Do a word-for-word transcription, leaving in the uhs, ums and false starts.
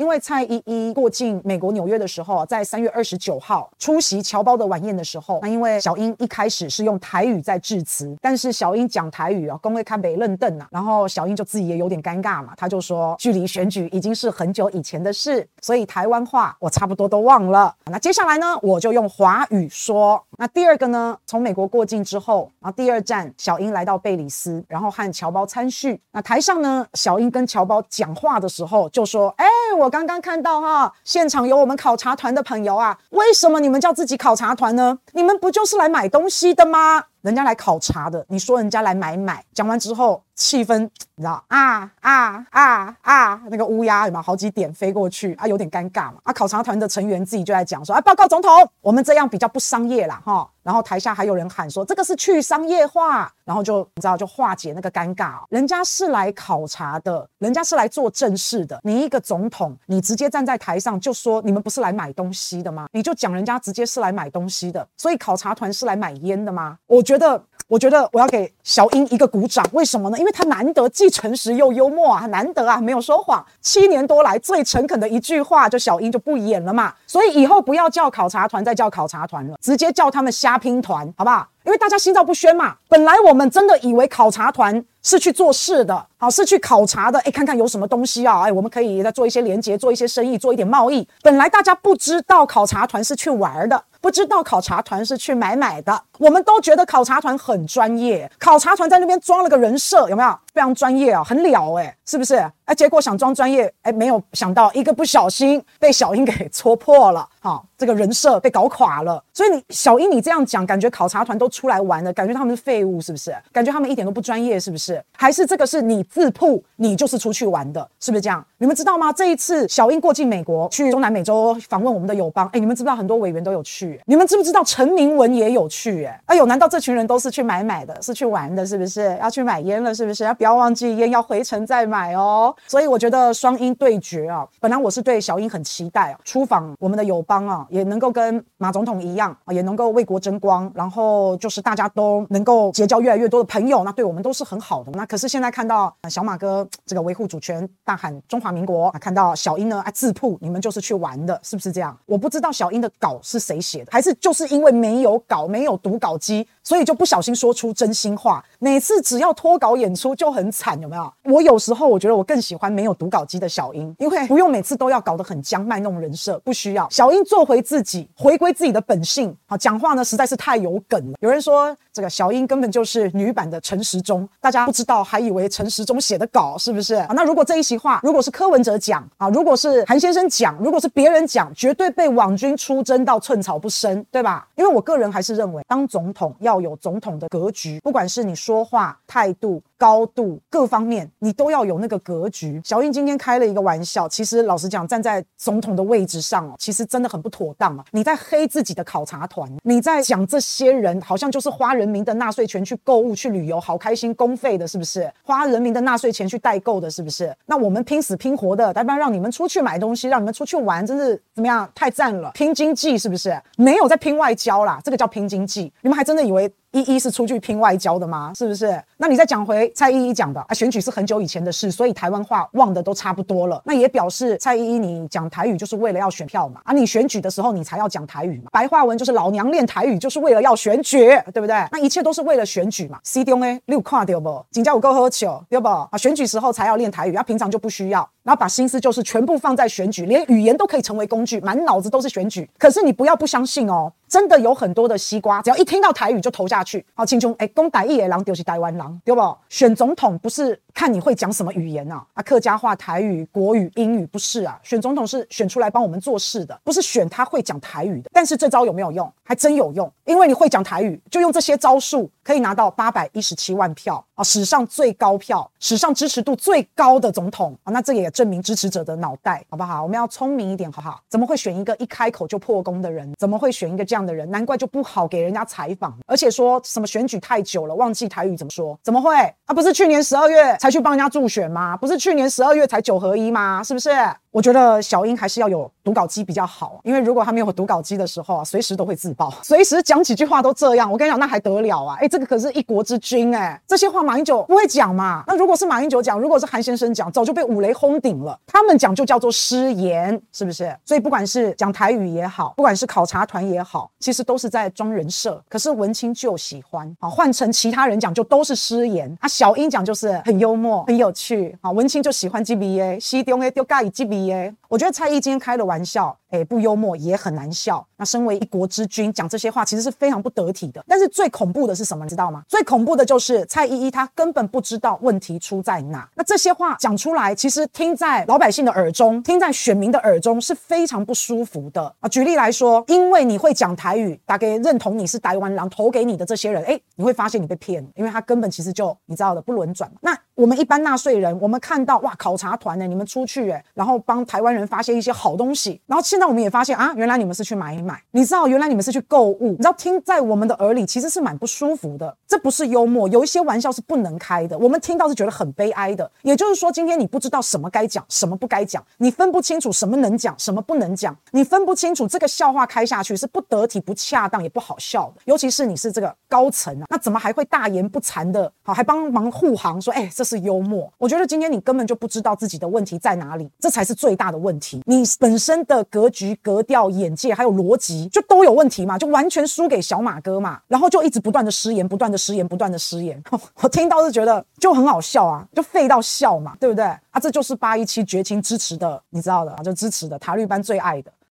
因为蔡依依过境美国纽约的时候，在三月二十九号出席侨胞的晚宴的时候，那因为小英一开始是用台语在致辞，但是小英讲台语啊，公会看北认凳啊，然后小英就自己也有点尴尬嘛，他就说距离选举已经是很久以前的事，所以台湾话我差不多都忘了。那接下来呢，我就用华语说。那第二个呢，从美国过境之后，然后第二站小英来到贝里斯，然后和侨胞参叙。那台上呢，小英跟侨胞讲话的时候就说，哎，我刚刚看到哈，现场有我们考察团的朋友啊，为什么你们叫自己考察团呢？你们不就是来买东西的吗？人家来考察的，你说人家来买买，讲完之后气氛你知道啊啊啊啊，那个乌鸦有没有好几点飞过去啊，有点尴尬嘛。啊，考察团的成员自己就在讲说，啊，报告总统，我们这样比较不商业啦哈。然后台下还有人喊说这个是去商业化，然后就你知道就化解那个尴尬、哦、人家是来考察的，人家是来做正事的，你一个总统你直接站在台上就说你们不是来买东西的吗？你就讲人家直接是来买东西的，所以考察团是来买烟的吗？我觉得我觉得我要给小英一个鼓掌，为什么呢？因为他难得既诚实又幽默啊，难得啊，没有说谎，七年多来最诚恳的一句话，就小英就不演了嘛。所以以后不要叫考察团再叫考察团了，直接叫他们虾拼团，好不好？因为大家心照不宣嘛，本来我们真的以为考察团是去做事的，好，是去考察的，哎，看看有什么东西啊，哎，我们可以再做一些连结，做一些生意，做一点贸易。本来大家不知道考察团是去玩的，不知道考察团是去买买的，我们都觉得考察团很专业，考察团在那边装了个人设，有没有？非常专业啊，很了哎、欸，是不是？哎，结果想装专业，哎，没有想到一个不小心被小英给戳破了，好、哦，这个人设被搞垮了。所以你小英你这样讲，感觉考察团都出来玩了，感觉他们是废物，是不是？感觉他们一点都不专业，是不是？还是这个是你自曝，你就是出去玩的，是不是这样？你们知道吗？这一次小英过境美国，去中南美洲访问我们的友邦，哎，你们知不知道很多委员都有去？你们知不知道陈明文也有去？哎，哎呦，难道这群人都是去买买的，是去玩的，是不是？要去买烟了，是不是？要不要忘记烟要回程再买哦。所以我觉得双英对决啊，本来我是对小英很期待啊，出访我们的友邦啊，也能够跟马总统一样啊，也能够为国争光，然后就是大家都能够结交越来越多的朋友，那对我们都是很好的。那可是现在看到小马哥这个维护主权，大喊中华民国，看到小英呢啊自曝你们就是去玩的，是不是这样？我不知道小英的稿是谁写的，还是就是因为没有稿，没有读稿机，所以就不小心说出真心话。每次只要脱稿演出就很惨，有没有？我有时候我觉得我更喜欢没有读稿机的小英，因为不用每次都要搞得很僵，卖弄人设，不需要。小英做回自己，回归自己的本性，好，讲话呢实在是太有梗了。有人说这个小英根本就是女版的陈时中，大家不知道还以为陈时中写的稿，是不是？啊，那如果这一席话，如果是柯文哲讲啊，如果是韩先生讲，如果是别人讲，绝对被网军出征到寸草不生，对吧？因为我个人还是认为，当总统要有总统的格局，不管是你说话态度、高度各方面，你都要有那个格局。小英今天开了一个玩笑，其实老实讲，站在总统的位置上哦，其实真的很不妥当啊！你在黑自己的考察团，你在讲这些人好像就是花人民的纳税钱去购物、去旅游，好开心，公费的，是不是？花人民的纳税钱去代购的，是不是？那我们拼死拼活的，要不然让你们出去买东西，让你们出去玩，真是怎么样？太赞了，拼经济是不是？没有在拼外交啦，这个叫拼经济。你们还真的以为依依是出去拼外交的吗？是不是？那你再讲回蔡依依讲的啊，选举是很久以前的事，所以台湾话忘的都差不多了。那也表示蔡依依你讲台语就是为了要选票嘛，啊，你选举的时候你才要讲台语嘛。白话文就是老娘练台语就是为了要选举，对不对？那一切都是为了选举嘛。C 中呢，你有看到不？真的有够好笑，对不？啊，选举时候才要练台语，啊，平常就不需要。然后把心思就是全部放在选举，连语言都可以成为工具，满脑子都是选举。可是你不要不相信哦，真的有很多的西瓜，只要一听到台语就投下去。好，亲像哎，讲台语的人就是台湾人，对不？选总统不是看你会讲什么语言啊，啊，客家话、台语、国语、英语不是啊，选总统是选出来帮我们做事的，不是选他会讲台语的。但是这招有没有用？还真有用，因为你会讲台语，就用这些招数可以拿到八百一十七万票啊，史上最高票，史上支持度最高的总统啊，那这也证明支持者的脑袋，好不好？我们要聪明一点，好不好？怎么会选一个一开口就破功的人？怎么会选一个这样的人？难怪就不好给人家采访，而且说什么选举太久了，忘记台语怎么说？怎么会？啊，不是去年十二月才去帮人家助选吗？不是去年十二月才九合一吗？是不是？ 我觉得小英还是要有读稿机比较好，因为如果他没有读稿机的时候啊，随时都会自爆，随时讲几句话都这样。我跟你讲，那还得了啊？哎，这个可是一国之君哎，这些话马英九不会讲嘛？那如果是马英九讲，如果是韩先生讲，早就被五雷轰顶了。他们讲就叫做失言，是不是？所以不管是讲台语也好，不管是考察团也好，其实都是在装人设。可是文青就喜欢啊，换成其他人讲就都是失言啊。小英讲就是很幽默、很有趣啊，文青就喜欢 G B A， 西中的就介意 G B A。我觉得蔡依今天开的玩笑，哎，不幽默也很难笑。那身为一国之君讲这些话，其实是非常不得体的。但是最恐怖的是什么，你知道吗？最恐怖的就是蔡依依她根本不知道问题出在哪。那这些话讲出来，其实听在老百姓的耳中，听在选民的耳中是非常不舒服的啊。举例来说，因为你会讲台语，大概认同你是台湾人，投给你的这些人，哎，你会发现你被骗了，因为他根本其实就你知道的不轮转嘛。那我们一般纳税人，我们看到哇，考察团呢，你们出去哎，然后帮台湾人发现一些好东西，然后现在我们也发现啊，原来你们是去买一买，你知道原来你们是去购物，你知道听在我们的耳里其实是蛮不舒服的。这不是幽默，有一些玩笑是不能开的，我们听到是觉得很悲哀的。也就是说，今天你不知道什么该讲，什么不该讲，你分不清楚什么能讲，什么不能讲，你分不清楚这个笑话开下去是不得体、不恰当也不好笑的。尤其是你是这个高层啊，那怎么还会大言不惭的，好还帮忙护航说，哎，这是幽默？我觉得今天你根本就不知道自己的问题在哪里，这才是最大的问题。你本身的格局、格调、眼界还有逻辑就都有问题嘛，就完全输给小马哥嘛，然后就一直不断的失言，不断的失言，不断的失言。我听到是觉得就很好笑啊，就废到笑嘛，对不对啊？这就是八一七绝情支持的，你知道的啊，就支持的塔绿班最爱的。